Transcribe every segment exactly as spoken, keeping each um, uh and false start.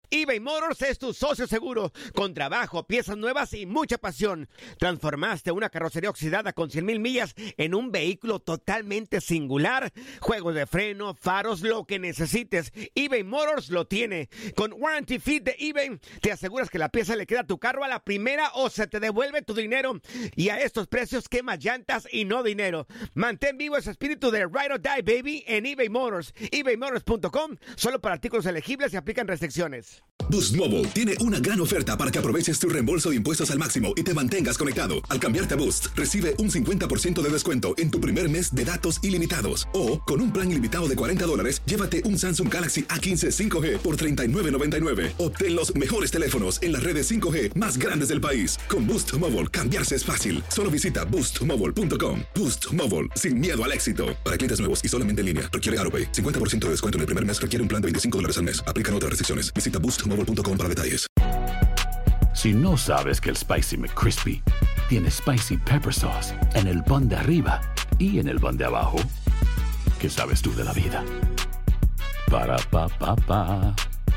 eBay Motors es tu socio seguro. Con trabajo, piezas nuevas y mucha pasión. Transformaste una carrocería oxidada con cien mil millas en un vehículo totalmente singular. Juegos de freno, faros, lo que necesites, eBay Motors lo tiene. Con Warranty Fit de eBay, te aseguras que la pieza le queda a tu carro a la primera o se te devuelve tu dinero. Y a estos precios, quema llantas y no dinero. Mantén vivo ese espíritu de Ride or Die, baby, en eBay Motors. eBay Motors punto com, solo para artículos elegibles y aplican restricciones. Boost Mobile tiene una gran oferta para que aproveches tu reembolso de impuestos al máximo y te mantengas conectado. Al cambiarte a Boost, recibe un cincuenta por ciento de descuento en tu primer mes de datos ilimitados. O, con un plan ilimitado de cuarenta dólares, llévate un Samsung Galaxy A quince cinco G por treinta y nueve noventa y nueve. Obtén los mejores teléfonos en las redes cinco G más grandes del país. Con Boost Mobile, cambiarse es fácil. Solo visita boost mobile punto com. Boost Mobile, sin miedo al éxito. Para clientes nuevos y solamente en línea, requiere AutoPay. cincuenta por ciento de descuento en el primer mes requiere un plan de veinticinco dólares al mes. Aplican otras restricciones. Visita boost mobile punto com para detalles. Si no sabes que el Spicy McCrispy tiene Spicy Pepper Sauce en el pan de arriba y en el pan de abajo, ¿qué sabes tú de la vida? Para, pa, pa, pa.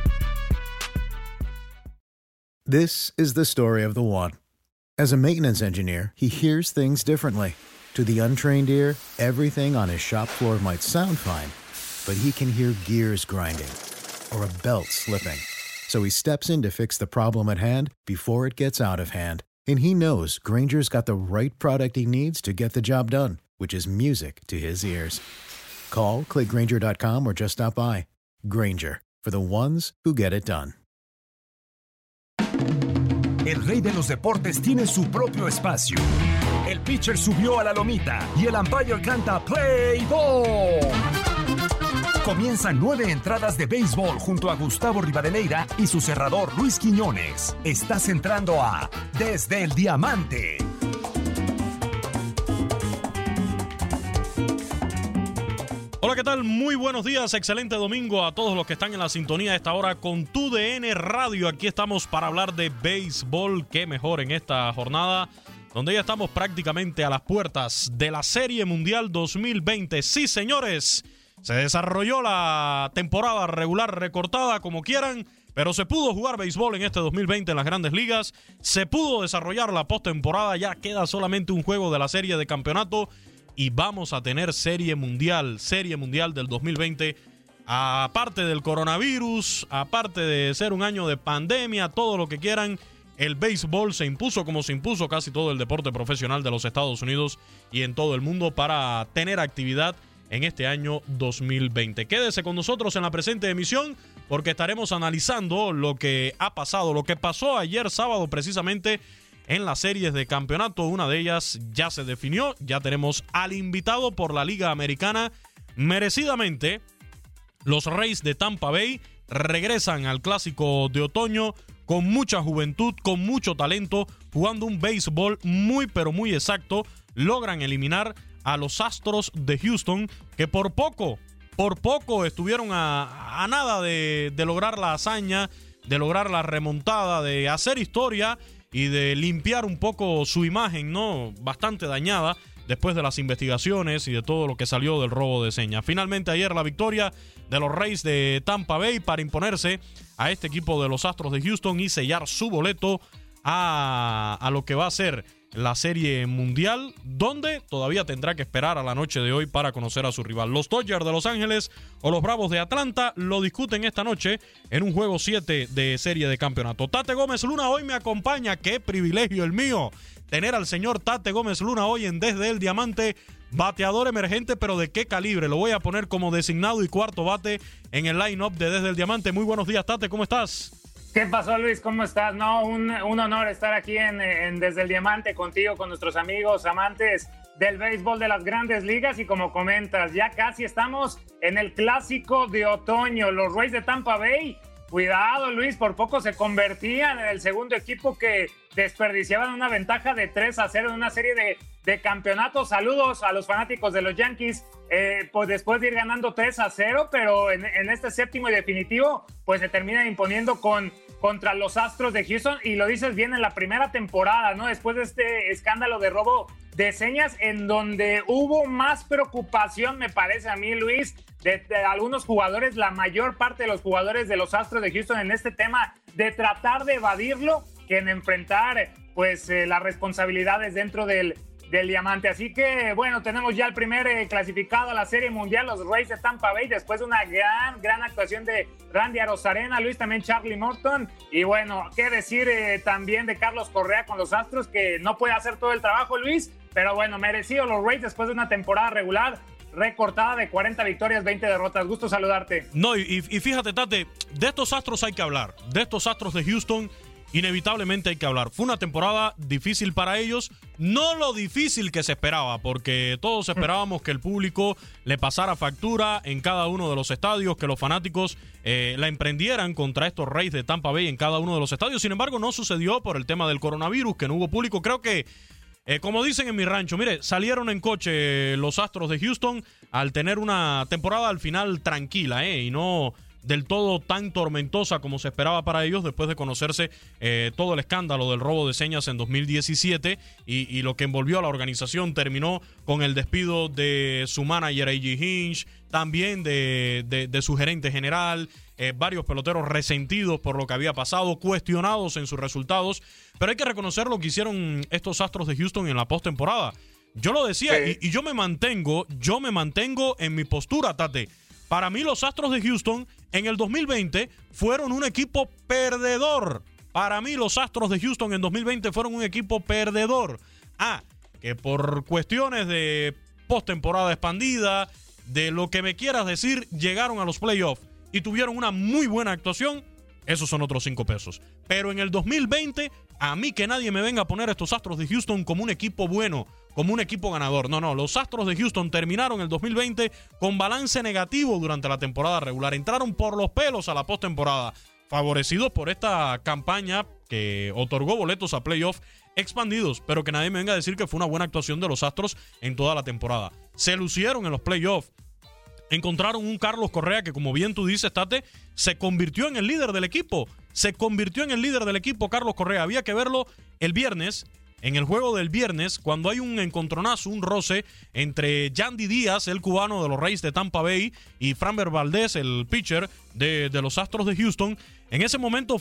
This is the story of the one. As a maintenance engineer, he hears things differently. To the untrained ear, everything on his shop floor might sound fine, but he can hear gears grinding or a belt slipping. So he steps in to fix the problem at hand before it gets out of hand. And he knows Grainger's got the right product he needs to get the job done, which is music to his ears. Call, click Grainger dot com, or just stop by. Grainger, for the ones who get it done. El rey de los deportes tiene su propio espacio. El pitcher subió a la lomita y el umpire canta Play Ball. Comienzan nueve entradas de béisbol junto a Gustavo Rivadeneira y su cerrador Luis Quiñones. Estás entrando a Desde el Diamante. Hola, ¿qué tal? Muy buenos días, excelente domingo a todos los que están en la sintonía a esta hora con Tu D N Radio. Aquí estamos para hablar de béisbol, qué mejor en esta jornada, donde ya estamos prácticamente a las puertas de la Serie Mundial dos mil veinte. Sí, señores, se desarrolló la temporada regular recortada, como quieran, pero se pudo jugar béisbol en este dos mil veinte en las Grandes Ligas. Se pudo desarrollar la postemporada, ya queda solamente un juego de la serie de campeonato y vamos a tener Serie Mundial, Serie Mundial del dos mil veinte. Aparte del coronavirus, aparte de ser un año de pandemia, todo lo que quieran, el béisbol se impuso como se impuso casi todo el deporte profesional de los Estados Unidos y en todo el mundo para tener actividad en este año dos mil veinte. Quédese con nosotros en la presente emisión porque estaremos analizando lo que ha pasado, lo que pasó ayer sábado precisamente en las series de campeonato. Una de ellas ya se definió, ya tenemos al invitado por la Liga Americana. Merecidamente, los Rays de Tampa Bay regresan al Clásico de Otoño con mucha juventud, con mucho talento, jugando un béisbol muy pero muy exacto. Logran eliminar a los Astros de Houston, que por poco, por poco estuvieron a, a nada de, de lograr la hazaña, de lograr la remontada, de hacer historia y de limpiar un poco su imagen, ¿no? Bastante dañada después de las investigaciones y de todo lo que salió del robo de señas. Finalmente ayer la victoria de los Rays de Tampa Bay para imponerse a este equipo de los Astros de Houston y sellar su boleto a, a lo que va a ser la Serie Mundial, donde todavía tendrá que esperar a la noche de hoy para conocer a su rival. Los Dodgers de Los Ángeles o los Bravos de Atlanta lo discuten esta noche en un juego siete de serie de campeonato. Tate Gómez Luna hoy me acompaña. Qué privilegio el mío tener al señor Tate Gómez Luna hoy en Desde el Diamante. Bateador emergente, pero ¿de qué calibre? Lo voy a poner como designado y cuarto bate en el line-up de Desde el Diamante. Muy buenos días, Tate, ¿cómo estás? ¿Qué pasó, Luis? ¿Cómo estás? No, un, un honor estar aquí en, en Desde el Diamante contigo, con nuestros amigos amantes del béisbol de las Grandes Ligas. Y como comentas, ya casi estamos en el Clásico de Otoño. Los Rays de Tampa Bay, cuidado, Luis, por poco se convertían en el segundo equipo que desperdiciaban una ventaja de tres a cero en una serie de, de campeonatos. Saludos a los fanáticos de los Yankees, eh, pues después de ir ganando tres a cero, pero en, en este séptimo y definitivo, pues se terminan imponiendo con, contra los Astros de Houston, y lo dices bien, en la primera temporada, ¿no? Después de este escándalo de robo de señas, en donde hubo más preocupación, me parece a mí, Luis, de, de algunos jugadores, la mayor parte de los jugadores de los Astros de Houston en este tema de tratar de evadirlo que en enfrentar pues eh, las responsabilidades dentro del, del diamante. Así que bueno, tenemos ya el primer eh, clasificado a la Serie Mundial, los Rays de Tampa Bay, después de una gran, gran actuación de Randy Arozarena, Luis, también Charlie Morton. Y bueno, qué decir eh, también de Carlos Correa con los Astros, que no puede hacer todo el trabajo, Luis, pero bueno, merecido los Rays después de una temporada regular recortada de cuarenta victorias, veinte derrotas. Gusto saludarte. No, y, y fíjate, Tate, de estos Astros hay que hablar, de estos Astros de Houston inevitablemente hay que hablar. Fue una temporada difícil para ellos, no lo difícil que se esperaba, porque todos esperábamos que el público le pasara factura en cada uno de los estadios, que los fanáticos eh, la emprendieran contra estos Rays de Tampa Bay en cada uno de los estadios. Sin embargo, no sucedió por el tema del coronavirus, que no hubo público. Creo que Eh, como dicen en mi rancho, mire, salieron en coche los Astros de Houston al tener una temporada al final tranquila, eh, y no del todo tan tormentosa como se esperaba para ellos después de conocerse eh, todo el escándalo del robo de señas en dos mil diecisiete y, y lo que envolvió a la organización. Terminó con el despido de su manager A J Hinch, también de, de, de su gerente general, eh, varios peloteros resentidos por lo que había pasado, cuestionados en sus resultados, pero hay que reconocer lo que hicieron estos Astros de Houston en la postemporada. Yo lo decía, sí. y, y yo me mantengo, yo me mantengo en mi postura, Tate. Para mí los Astros de Houston en el dos mil veinte fueron un equipo perdedor. Para mí los Astros de Houston en dos mil veinte fueron un equipo perdedor. Ah, que por cuestiones de postemporada expandida, de lo que me quieras decir, llegaron a los playoffs y tuvieron una muy buena actuación. Esos son otros cinco pesos. Pero en el dos mil veinte, a mí que nadie me venga a poner a estos Astros de Houston como un equipo bueno, como un equipo ganador. No, no, los Astros de Houston terminaron el dos mil veinte con balance negativo durante la temporada regular. Entraron por los pelos a la postemporada, favorecidos por esta campaña que otorgó boletos a playoffs expandidos, pero que nadie me venga a decir que fue una buena actuación de los Astros en toda la temporada. Se lucieron en los playoffs. Encontraron un Carlos Correa que, como bien tú dices, Tate, se convirtió en el líder del equipo. Se convirtió en el líder del equipo Carlos Correa. Había que verlo el viernes, en el juego del viernes, cuando hay un encontronazo, un roce entre Yandy Díaz, el cubano de los Rays de Tampa Bay, y Framber Valdez, el pitcher de, de los Astros de Houston. En ese momento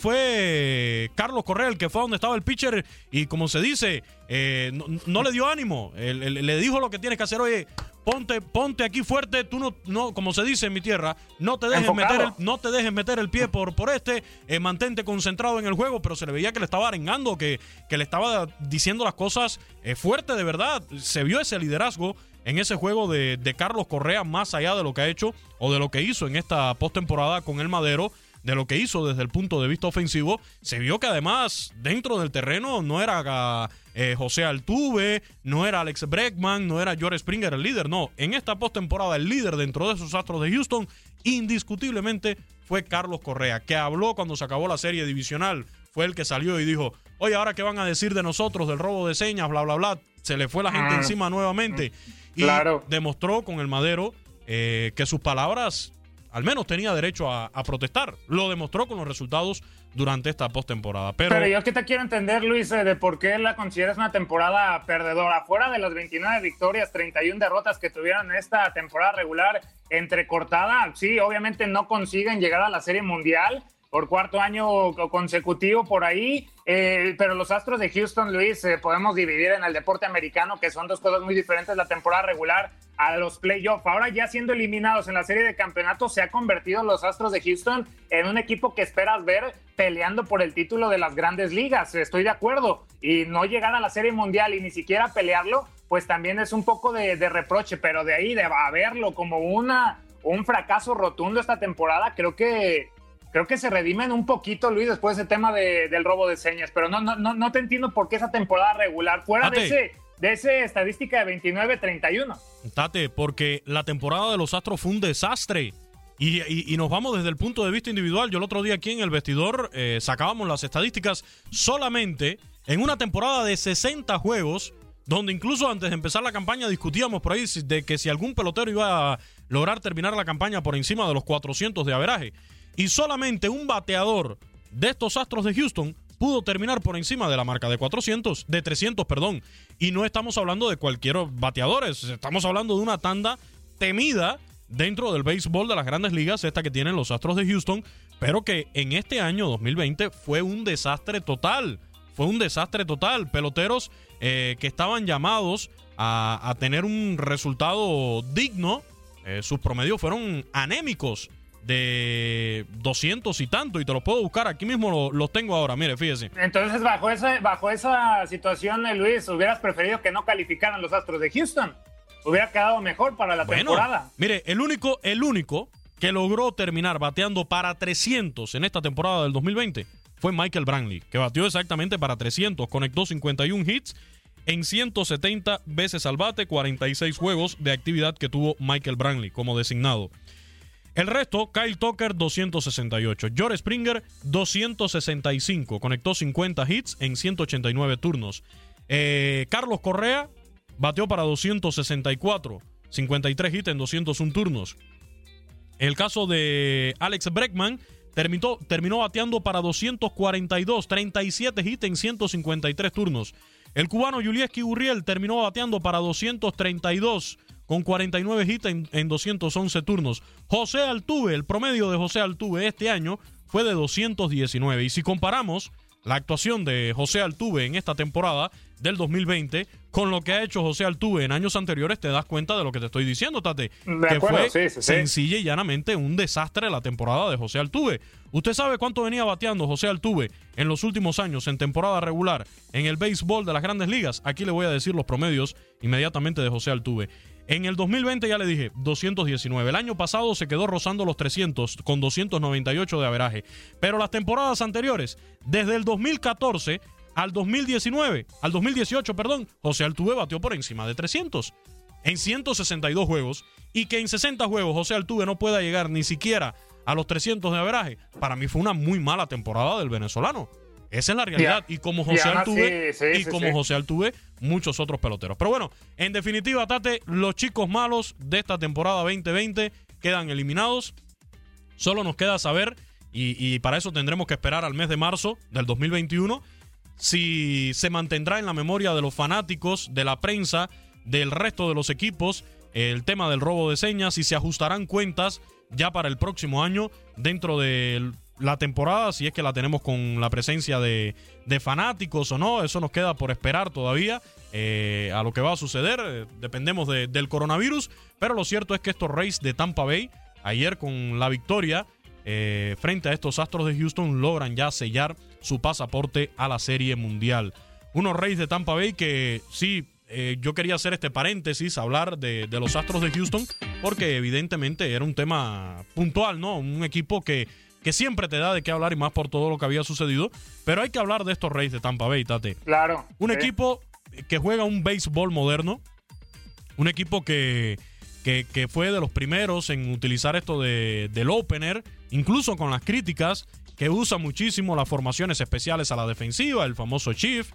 fue Carlos Correa el que fue a donde estaba el pitcher y, como se dice, eh, no, no le dio ánimo. Él, él, le dijo lo que tienes que hacer. Oye, ponte, ponte aquí fuerte. Tú no, no, como se dice en mi tierra, no te dejes meter el, no te dejes meter el pie por, por este. Eh, mantente concentrado en el juego. Pero se le veía que le estaba arengando, que, que le estaba diciendo las cosas eh, fuerte de verdad. Se vio ese liderazgo en ese juego de, de Carlos Correa, más allá de lo que ha hecho o de lo que hizo en esta postemporada con el Madero, de lo que hizo desde el punto de vista ofensivo. Se vio que además dentro del terreno no era eh, José Altuve, no era Alex Bregman, no era George Springer el líder. No, en esta postemporada el líder dentro de esos Astros de Houston indiscutiblemente fue Carlos Correa, que habló cuando se acabó la serie divisional. Fue el que salió y dijo, oye, ¿ahora qué van a decir de nosotros, del robo de señas, bla, bla, bla? Se le fue la gente ah, encima nuevamente. Y claro, demostró con el Madero eh, que sus palabras al menos tenía derecho a, a protestar. Lo demostró con los resultados durante esta postemporada. Pero, Pero yo que te quiero entender, Luis, eh, de por qué la consideras una temporada perdedora. Fuera de las veintinueve victorias, treinta y una derrotas que tuvieron en esta temporada regular entrecortada, sí, obviamente no consiguen llegar a la Serie Mundial por cuarto año consecutivo por ahí, eh, pero los Astros de Houston, Luis, eh, podemos dividir en el deporte americano, que son dos cosas muy diferentes, la temporada regular a los playoffs. Ahora ya siendo eliminados en la serie de campeonatos, se ha convertido los Astros de Houston en un equipo que esperas ver peleando por el título de las grandes ligas, estoy de acuerdo, y no llegar a la Serie Mundial y ni siquiera pelearlo, pues también es un poco de, de reproche, pero de ahí de verlo como una, un fracaso rotundo esta temporada, creo que Creo que se redimen un poquito, Luis, después de ese tema de, del robo de señas. Pero no, no, no, no te entiendo por qué esa temporada regular, fuera Tate, de ese, de ese estadística de veintinueve treinta y uno. Tate, porque la temporada de los Astros fue un desastre. Y, y, y nos vamos desde el punto de vista individual. Yo el otro día aquí en el vestidor eh, sacábamos las estadísticas. Solamente en una temporada de sesenta juegos, donde incluso antes de empezar la campaña discutíamos por ahí de que si algún pelotero iba a lograr terminar la campaña por encima de los cuatrocientos de averaje. Y solamente un bateador de estos Astros de Houston pudo terminar por encima de la marca de cuatrocientos, de trescientos, perdón. Y no estamos hablando de cualquier bateador, estamos hablando de una tanda temida dentro del béisbol de las grandes ligas, esta que tienen los Astros de Houston, pero que en este año dos mil veinte fue un desastre total. Fue un desastre total. Peloteros eh, que estaban llamados a, a tener un resultado digno, eh, sus promedios fueron anémicos, de doscientos y tanto, y te los puedo buscar aquí mismo, lo, los tengo ahora, mire, fíjese. Entonces, bajo esa, bajo esa situación, Luis, hubieras preferido que no calificaran los Astros de Houston. Hubiera quedado mejor para la bueno, temporada. Mire, el único, el único que logró terminar bateando para trescientos en esta temporada del dos mil veinte fue Michael Brantley, que batió exactamente para trescientos, conectó cincuenta y un hits en ciento setenta veces al bate, cuarenta y seis juegos de actividad que tuvo Michael Brantley como designado. El resto, Kyle Tucker, doscientos sesenta y ocho. George Springer, doscientos sesenta y cinco. Conectó cincuenta hits en ciento ochenta y nueve turnos. Eh, Carlos Correa bateó para doscientos sesenta y cuatro. cincuenta y tres hits en doscientos uno turnos. El caso de Alex Bregman terminó, terminó bateando para doscientos cuarenta y dos. treinta y siete hits en ciento cincuenta y tres turnos. El cubano Yulieski Gurriel terminó bateando para doscientos treinta y dos. Con cuarenta y nueve hits en, en doscientos once turnos. José Altuve, el promedio de José Altuve este año fue de doscientos diecinueve. Y si comparamos la actuación de José Altuve en esta temporada del dos mil veinte con lo que ha hecho José Altuve en años anteriores, te das cuenta de lo que te estoy diciendo, Tate. De que acuerdo, fue sí, sí, sí. sencilla y llanamente un desastre la temporada de José Altuve. ¿Usted sabe cuánto venía bateando José Altuve en los últimos años en temporada regular en el béisbol de las grandes ligas? Aquí le voy a decir los promedios inmediatamente de José Altuve. En el dos mil veinte ya le dije, doscientos diecinueve. El año pasado se quedó rozando los trescientos con doscientos noventa y ocho de averaje. Pero las temporadas anteriores, desde el dos mil catorce al dos mil diecinueve, al dos mil dieciocho, perdón, José Altuve batió por encima de trescientos en ciento sesenta y dos juegos. Y que en sesenta juegos José Altuve no pueda llegar ni siquiera a los trescientos de averaje, para mí fue una muy mala temporada del venezolano. Esa es la realidad. Yeah. Y como José yeah, Altuve, sí, sí, y sí, como sí. José Altuve, muchos otros peloteros. Pero bueno, en definitiva, Tate, los chicos malos de esta temporada veinte veinte quedan eliminados. Solo nos queda saber, y, y para eso tendremos que esperar al mes de marzo del dos mil veintiuno, si se mantendrá en la memoria de los fanáticos, de la prensa, del resto de los equipos, el tema del robo de señas, si se ajustarán cuentas ya para el próximo año dentro del la temporada, si es que la tenemos con la presencia de, de fanáticos o no. Eso nos queda por esperar todavía eh, a lo que va a suceder. Eh, dependemos de, del coronavirus, pero lo cierto es que estos Rays de Tampa Bay, ayer con la victoria eh, frente a estos Astros de Houston, logran ya sellar su pasaporte a la Serie Mundial. Unos Rays de Tampa Bay que sí, eh, yo quería hacer este paréntesis, hablar de, de los Astros de Houston, porque evidentemente era un tema puntual, ¿no? Un equipo que que siempre te da de qué hablar, y más por todo lo que había sucedido, pero hay que hablar de estos Rays de Tampa Bay, Tate. Claro. Un sí. equipo que juega un béisbol moderno, un equipo que, que, que fue de los primeros en utilizar esto de, del opener, incluso con las críticas, que usa muchísimo las formaciones especiales a la defensiva, el famoso Chief,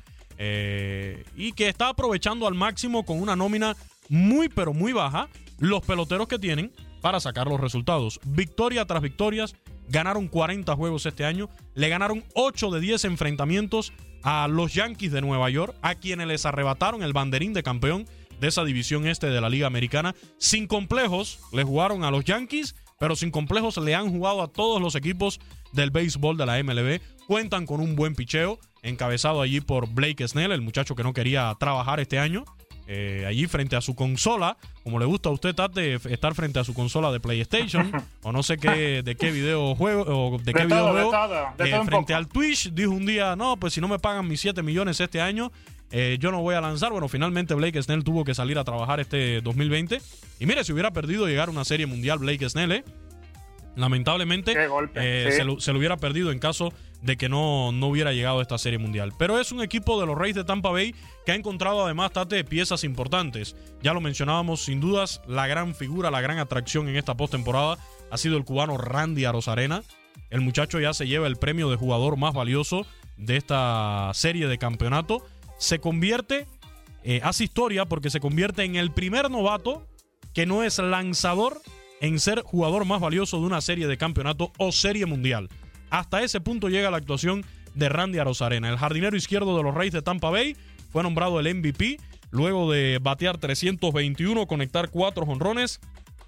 eh, y que está aprovechando al máximo con una nómina muy pero muy baja los peloteros que tienen para sacar los resultados. Victoria tras victorias. Ganaron cuarenta juegos este año. Le ganaron ocho de diez enfrentamientos a los Yankees de Nueva York, a quienes les arrebataron el banderín de campeón de esa división este de la Liga Americana. Sin complejos le jugaron a los Yankees, pero sin complejos le han jugado a todos los equipos del béisbol de la M L B. Cuentan con un buen picheo, encabezado allí por Blake Snell, el muchacho que no quería trabajar este año. Eh, allí frente a su consola, como le gusta a usted, Tate, estar frente a su consola de PlayStation o no sé qué, de qué videojuego o de, De qué todo, videojuego de todo, de eh, todo un frente poco. al Twitch. Dijo un día, no, pues si no me pagan mis siete millones este año, eh, yo no voy a lanzar. Bueno, finalmente Blake Snell tuvo que salir a trabajar este dos mil veinte, y mire, si hubiera perdido llegar a una serie mundial Blake Snell, eh, lamentablemente Qué golpe, eh, sí. se, lo, se lo hubiera perdido en caso de que no, no hubiera llegado a esta serie mundial. Pero es un equipo de los Rays de Tampa Bay que ha encontrado además, Tate, piezas importantes. Ya lo mencionábamos, sin dudas, la gran figura, la gran atracción en esta postemporada ha sido el cubano Randy Arozarena. El muchacho ya se lleva el premio de jugador más valioso de esta serie de campeonato. Se convierte, eh, hace historia porque se convierte en el primer novato que no es lanzador en ser jugador más valioso de una serie de campeonato o serie mundial. Hasta ese punto llega la actuación de Randy Arozarena. El jardinero izquierdo de los Rays de Tampa Bay fue nombrado el M V P luego de batear trescientos veintiuno, conectar cuatro jonrones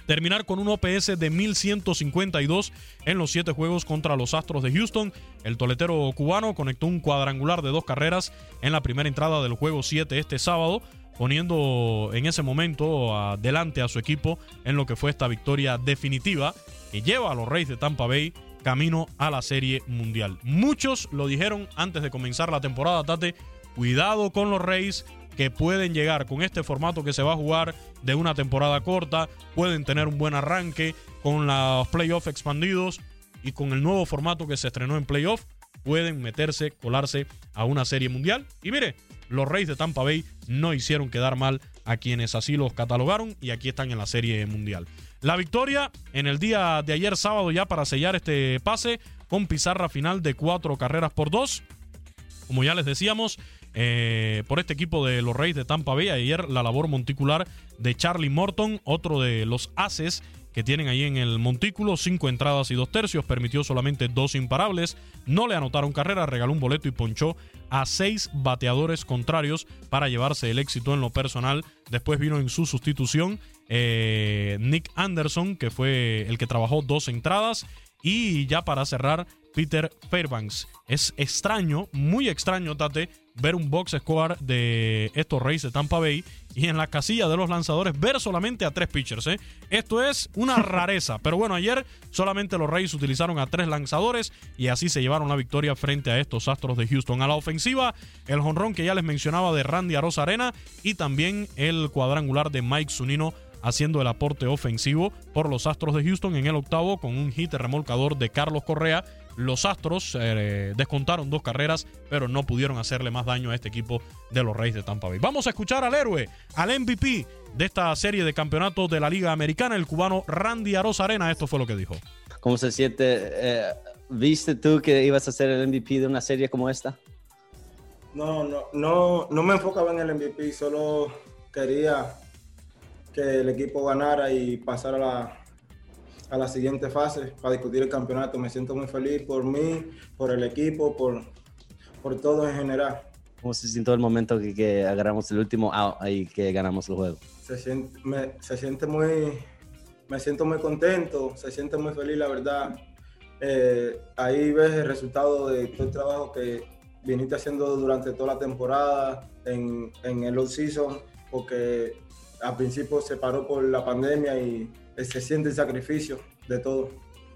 terminar con un O P S de mil ciento cincuenta y dos en los siete juegos contra los Astros de Houston. El toletero cubano conectó un cuadrangular de dos carreras en la primera entrada del juego siete este sábado, poniendo en ese momento adelante a su equipo en lo que fue esta victoria definitiva que lleva a los Rays de Tampa Bay camino a la Serie Mundial. Muchos lo dijeron antes de comenzar la temporada, Tate, cuidado con los Rays, que pueden llegar con este formato que se va a jugar de una temporada corta, pueden tener un buen arranque con los playoffs expandidos y con el nuevo formato que se estrenó en playoff, pueden meterse, colarse a una Serie Mundial. Y mire, los Rays de Tampa Bay no hicieron quedar mal a quienes así los catalogaron y aquí están en la Serie Mundial. La victoria en el día de ayer sábado ya para sellar este pase con pizarra final de cuatro carreras por dos. Como ya les decíamos, eh, por este equipo de los Rays de Tampa Bay, ayer la labor monticular de Charlie Morton, otro de los ases que tienen ahí en el montículo, cinco entradas y dos tercios, permitió solamente dos imparables, no le anotaron carrera, regaló un boleto y ponchó a seis bateadores contrarios para llevarse el éxito en lo personal. Después vino en su sustitución eh, Nick Anderson, que fue el que trabajó dos entradas, y ya para cerrar, Peter Fairbanks. Es extraño, muy extraño, Tate, ver un box score de estos Rays de Tampa Bay y en la casilla de los lanzadores ver solamente a tres pitchers, ¿eh? Esto es una rareza. Pero bueno, ayer solamente los Rays utilizaron a tres lanzadores y así se llevaron la victoria frente a estos Astros de Houston. A la ofensiva, el jonrón que ya les mencionaba de Randy Arozarena y también el cuadrangular de Mike Zunino haciendo el aporte ofensivo por los Astros de Houston en el octavo con un hit remolcador de Carlos Correa. Los Astros eh, descontaron dos carreras, pero no pudieron hacerle más daño a este equipo de los Rays de Tampa Bay. Vamos a escuchar al héroe, al M V P de esta serie de campeonatos de la Liga Americana, el cubano Randy Arozarena. Esto fue lo que dijo. ¿Cómo se siente? Eh, ¿Viste tú que ibas a ser el M V P de una serie como esta? No, no, no, no me enfocaba en el M V P, solo quería que el equipo ganara y pasara a la, a la siguiente fase para discutir el campeonato. Me siento muy feliz por mí, por el equipo, por, por todo en general. ¿Cómo se sintió el momento que, que agarramos el último out y que ganamos el juego? Se siente, me, se siente muy, me siento muy contento, se siente muy feliz, la verdad. Eh, ahí ves el resultado de todo el trabajo que viniste haciendo durante toda la temporada, en, en el off-season, porque al principio se paró por la pandemia y se siente el sacrificio de todo.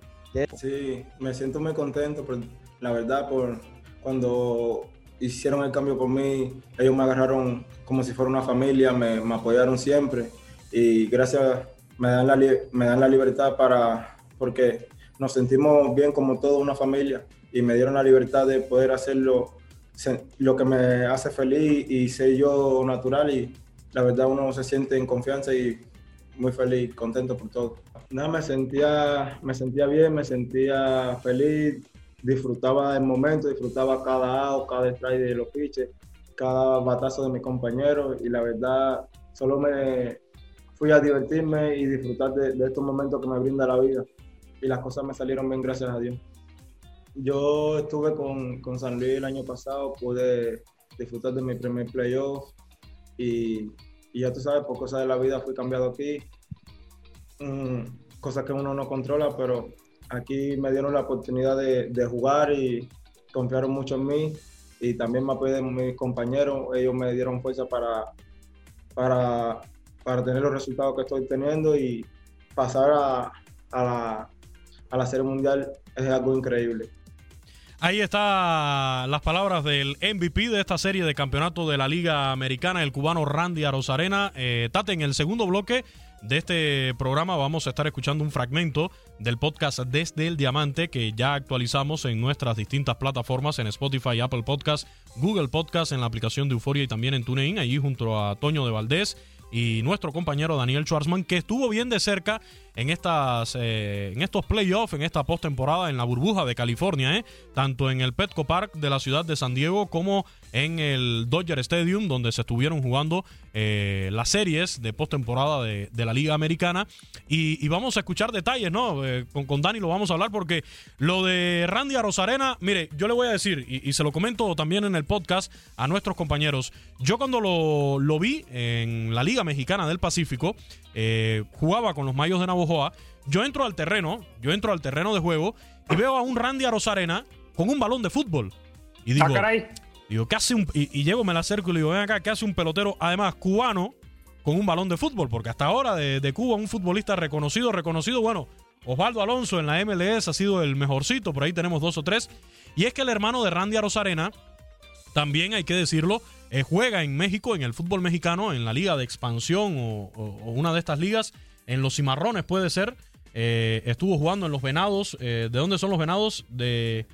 Sí, me siento muy contento, por, la verdad, por cuando hicieron el cambio por mí, ellos me agarraron como si fuera una familia, me, me apoyaron siempre y gracias, me dan, la, me dan la libertad para, porque nos sentimos bien como toda una familia y me dieron la libertad de poder hacerlo, lo que me hace feliz y ser yo natural y la verdad uno se siente en confianza y muy feliz, contento por todo. Nada, me sentía, me sentía bien, me sentía feliz, disfrutaba del momento, disfrutaba cada out, cada strike de los pitches, cada batazo de mis compañeros y la verdad solo me fui a divertirme y disfrutar de, de estos momentos que me brinda la vida y las cosas me salieron bien, gracias a Dios. Yo estuve con, con San Luis el año pasado, pude disfrutar de mi primer playoff. Y, y ya tú sabes, por cosas de la vida fui cambiado aquí, mm, cosas que uno no controla, pero aquí me dieron la oportunidad de, de jugar y confiaron mucho en mí y también me apoyaron mis compañeros, ellos me dieron fuerza para, para, para tener los resultados que estoy teniendo y pasar a, a, la, a la Serie Mundial es algo increíble. Ahí están las palabras del M V P de esta serie de campeonato de la Liga Americana, el cubano Randy Arozarena. Eh, Tate, en el segundo bloque de este programa vamos a estar escuchando un fragmento del podcast Desde el Diamante que ya actualizamos en nuestras distintas plataformas, en Spotify, Apple Podcast, Google Podcast, en la aplicación de Euforia y también en TuneIn, allí junto a Toño de Valdés y nuestro compañero Daniel Schwartzman, que estuvo bien de cerca en estas eh, en estos playoffs, en esta postemporada en la burbuja de California, eh, tanto en el Petco Park de la ciudad de San Diego como en el Dodger Stadium, donde se estuvieron jugando eh, las series de postemporada de, de la Liga Americana. Y, y vamos a escuchar detalles, ¿no? Eh, con, con Dani lo vamos a hablar porque lo de Randy Arozarena, mire, yo le voy a decir, y, y se lo comento también en el podcast a nuestros compañeros, yo cuando lo, lo vi en la Liga Mexicana del Pacífico, eh, jugaba con los Mayos de Navojoa. Yo entro al terreno, yo entro al terreno de juego y veo a un Randy Arozarena con un balón de fútbol. Y digo, ah, caray. digo ¿qué hace un...? Y, y llego, me la acerco y le digo, ven acá, ¿qué hace un pelotero, además cubano, con un balón de fútbol? Porque hasta ahora de, de Cuba un futbolista reconocido, reconocido, bueno, Osvaldo Alonso en la M L S ha sido el mejorcito, por ahí tenemos dos o tres. Y es que el hermano de Randy Arozarena, también hay que decirlo, eh, juega en México, en el fútbol mexicano, en la Liga de Expansión o, o, o una de estas ligas, en los Cimarrones puede ser. Eh, estuvo jugando en los Venados. Eh, ¿De dónde son los Venados? De,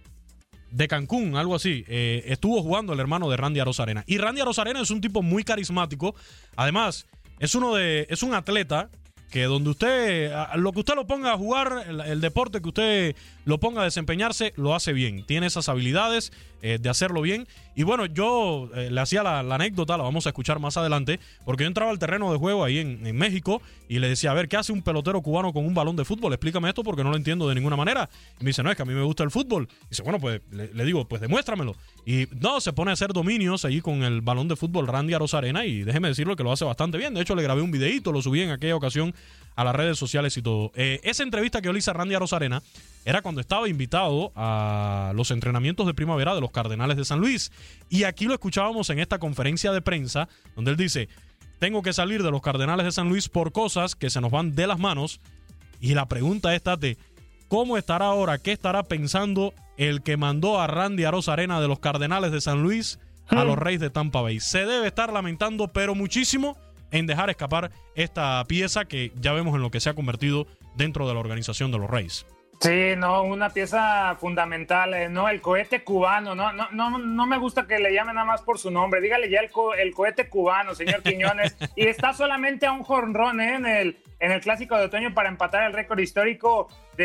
de Cancún, algo así. Eh, estuvo jugando el hermano de Randy Arozarena. Y Randy Arozarena es un tipo muy carismático. Además, es uno de, es un atleta que donde usted, lo que usted lo ponga a jugar, el, el deporte que usted lo ponga a desempeñarse, lo hace bien. Tiene esas habilidades eh, de hacerlo bien. Y bueno, yo eh, le hacía la, la anécdota, la vamos a escuchar más adelante, porque yo entraba al terreno de juego ahí en, en México y le decía, a ver, ¿qué hace un pelotero cubano con un balón de fútbol? Explícame esto porque no lo entiendo de ninguna manera. Y me dice, no, es que a mí me gusta el fútbol. Y dice, bueno, pues le, le digo, pues demuéstramelo. Y no, se pone a hacer dominios allí con el balón de fútbol Randy Arozarena y déjeme decirlo que lo hace bastante bien. De hecho, le grabé un videíto, lo subí en aquella ocasión a las redes sociales y todo. Eh, esa entrevista que yo le hice a Randy Arozarena era cuando estaba invitado a los entrenamientos de primavera de los Cardenales de San Luis. Y aquí lo escuchábamos en esta conferencia de prensa, donde él dice, tengo que salir de los Cardenales de San Luis por cosas que se nos van de las manos. Y la pregunta es, Tate, ¿cómo estará ahora? ¿Qué estará pensando el que mandó a Randy Arozarena de los Cardenales de San Luis a los Rays de Tampa Bay? Se debe estar lamentando, pero muchísimo, en dejar escapar esta pieza que ya vemos en lo que se ha convertido dentro de la organización de los Rays. Sí, no, una pieza fundamental, eh, no, el cohete cubano, no, no, no, no me gusta que le llamen nada más por su nombre, dígale ya el, co el cohete cubano, señor Quiñones, y está solamente a un jonrón eh, en el en el Clásico de Otoño para empatar el récord histórico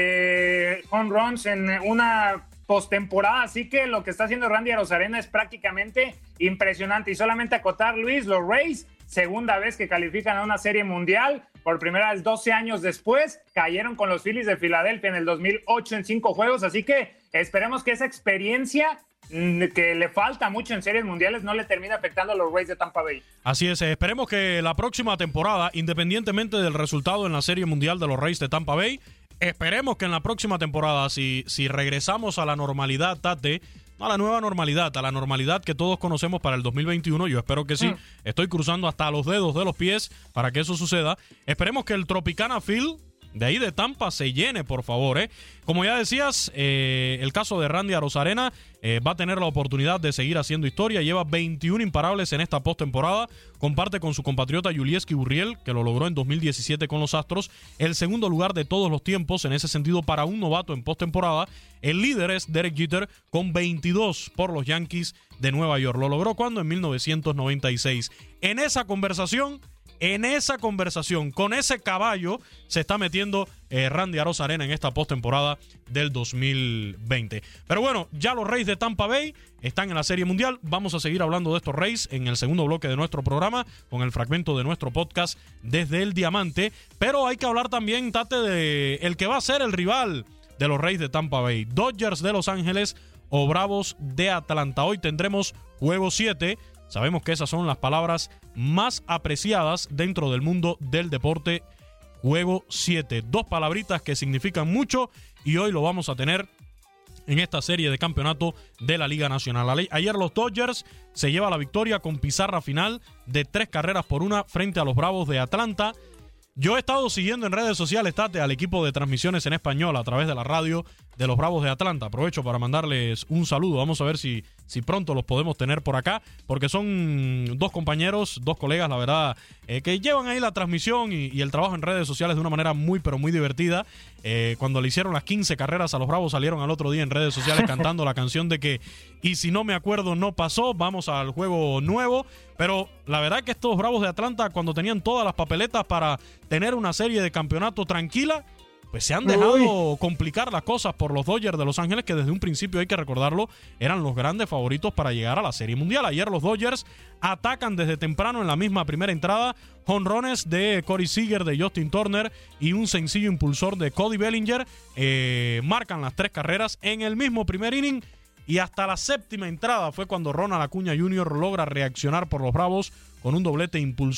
de home runs en una postemporada, así que lo que está haciendo Randy Arozarena es prácticamente impresionante. Y solamente acotar, Luis, los Rays, segunda vez que califican a una serie mundial, por primera vez doce años después, cayeron con los Phillies de Filadelfia en el dos mil ocho en cinco juegos, así que esperemos que esa experiencia que le falta mucho en series mundiales no le termine afectando a los Rays de Tampa Bay. Así es, esperemos que la próxima temporada, independientemente del resultado en la serie mundial de los Rays de Tampa Bay, esperemos que en la próxima temporada, si, si regresamos a la normalidad, Tate, a la nueva normalidad, a la normalidad que todos conocemos para el dos mil veintiuno, yo espero que sí, mm. estoy cruzando hasta los dedos de los pies para que eso suceda. Esperemos que el Tropicana Field de ahí de Tampa se llene, por favor, ¿eh? Como ya decías, eh, el caso de Randy Arozarena eh, va a tener la oportunidad de seguir haciendo historia. Lleva veintiún imparables en esta postemporada. Comparte con su compatriota Yulieski Gurriel, que lo logró en dos mil diecisiete con los Astros, el segundo lugar de todos los tiempos en ese sentido para un novato en postemporada. El líder es Derek Jeter con veintidós por los Yankees de Nueva York. ¿Lo logró cuando? En mil novecientos noventa y seis. En esa conversación... En esa conversación, con ese caballo, se está metiendo eh, Randy Arozarena en esta postemporada del dos mil veinte. Pero bueno, ya los Rays de Tampa Bay están en la Serie Mundial. Vamos a seguir hablando de estos Rays en el segundo bloque de nuestro programa, con el fragmento de nuestro podcast Desde el Diamante. Pero hay que hablar también, Tate, de el que va a ser el rival de los Rays de Tampa Bay. Dodgers de Los Ángeles o Bravos de Atlanta. Hoy tendremos juego siete. Sabemos que esas son las palabras más apreciadas dentro del mundo del deporte. Juego siete. Dos palabritas que significan mucho y hoy lo vamos a tener en esta serie de campeonato de la Liga Nacional. Ayer los Dodgers se lleva la victoria con pizarra final de tres carreras por una frente a los Bravos de Atlanta. Yo he estado siguiendo en redes sociales, Tate, al equipo de transmisiones en español a través de la radio de los Bravos de Atlanta. Aprovecho para mandarles un saludo. Vamos a ver si, si pronto los podemos tener por acá, porque son dos compañeros, dos colegas, la verdad, eh, que llevan ahí la transmisión y, y el trabajo en redes sociales de una manera muy, pero muy divertida. Eh, cuando le hicieron las quince carreras a los Bravos, salieron al otro día en redes sociales cantando la canción de que, y si no me acuerdo, no pasó, vamos al juego nuevo. Pero la verdad que estos Bravos de Atlanta, cuando tenían todas las papeletas para tener una serie de campeonato tranquila, pues se han dejado Uy. complicar las cosas por los Dodgers de Los Ángeles, que desde un principio, hay que recordarlo, eran los grandes favoritos para llegar a la Serie Mundial. Ayer los Dodgers atacan desde temprano en la misma primera entrada, jonrones de Corey Seager, de Justin Turner y un sencillo impulsor de Cody Bellinger. Eh, marcan las tres carreras en el mismo primer inning. Y hasta la séptima entrada fue cuando Ronald Acuña junior logra reaccionar por los Bravos con un doblete impulsor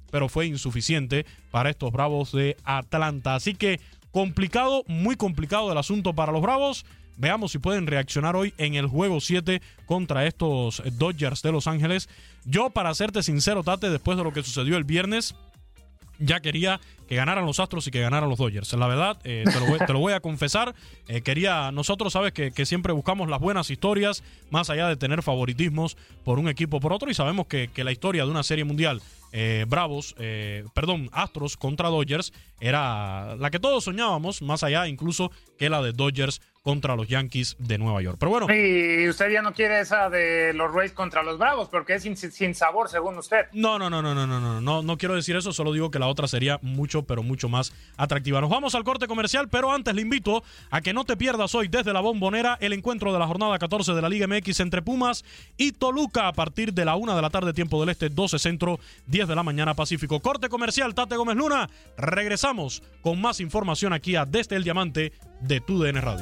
pero fue insuficiente para estos Bravos de Atlanta. Así que complicado, muy complicado el asunto para los Bravos. Veamos si pueden reaccionar hoy en el juego siete contra estos Dodgers de Los Ángeles. Yo, para serte sincero, Tate, después de lo que sucedió el viernes, ya quería que ganaran los Astros y que ganaran los Dodgers. La verdad, eh, te, lo voy, te lo voy a confesar. Eh, quería, nosotros sabes que, que siempre buscamos las buenas historias, más allá de tener favoritismos por un equipo o por otro, y sabemos que, que la historia de una serie mundial, eh, Bravos, eh, perdón, Astros contra Dodgers, era la que todos soñábamos, más allá incluso que la de Dodgers contra los Yankees de Nueva York. Pero bueno. Y usted ya no quiere esa de los Rays contra los Bravos, porque es sin, sin sabor, según usted. No, no, no, no, no, no, no, no, no quiero decir eso, solo digo que la otra sería mucho, pero mucho más atractiva. Nos vamos al corte comercial, pero antes le invito a que no te pierdas hoy desde la Bombonera el encuentro de la jornada catorce de la Liga M X entre Pumas y Toluca a partir de la una de la tarde, tiempo del este, doce centro, diez de la mañana pacífico. Corte comercial, Tate Gómez Luna. Regresamos con más información aquí a Desde el Diamante de Tu D N Radio.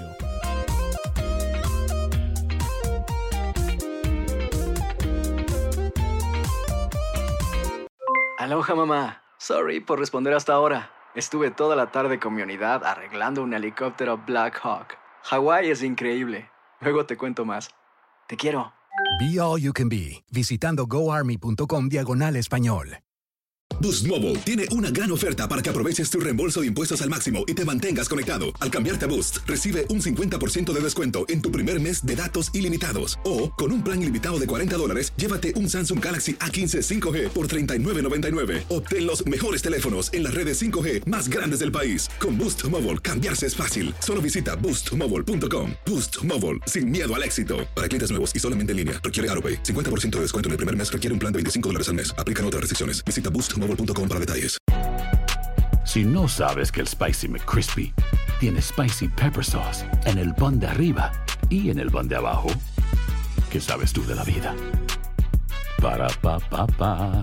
Aloha, mamá. Sorry por responder hasta ahora. Estuve toda la tarde con mi unidad arreglando un helicóptero Black Hawk. Hawái es increíble. Luego te cuento más. Te quiero. Be All You Can Be, visitando goarmy.com diagonal español. Boost Mobile tiene una gran oferta para que aproveches tu reembolso de impuestos al máximo y te mantengas conectado. Al cambiarte a Boost, recibe un cincuenta por ciento de descuento en tu primer mes de datos ilimitados. O, con un plan ilimitado de cuarenta dólares, llévate un Samsung Galaxy A quince cinco G por treinta y nueve noventa y nueve. Obtén los mejores teléfonos en las redes cinco G más grandes del país. Con Boost Mobile, cambiarse es fácil. Solo visita boost mobile punto com. Boost Mobile, sin miedo al éxito. Para clientes nuevos y solamente en línea, requiere AutoPay. cincuenta por ciento de descuento en el primer mes requiere un plan de veinticinco dólares al mes. Aplican otras restricciones. Visita boost mobile punto com para detalles. Si no sabes que el Spicy McCrispy tiene Spicy Pepper Sauce en el pan de arriba y en el pan de abajo, ¿qué sabes tú de la vida? Para, pa, pa, pa.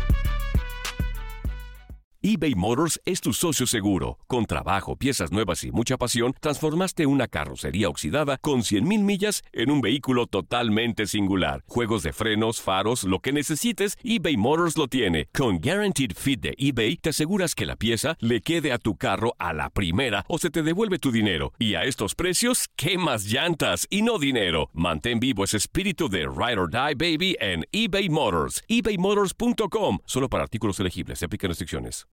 eBay Motors es tu socio seguro. Con trabajo, piezas nuevas y mucha pasión, transformaste una carrocería oxidada con cien mil millas en un vehículo totalmente singular. Juegos de frenos, faros, lo que necesites, eBay Motors lo tiene. Con Guaranteed Fit de eBay, te aseguras que la pieza le quede a tu carro a la primera o se te devuelve tu dinero. Y a estos precios, ¿qué más llantas y no dinero? Mantén vivo ese espíritu de Ride or Die, baby, en eBay Motors. eBay motors punto com. Solo para artículos elegibles. Se aplican restricciones.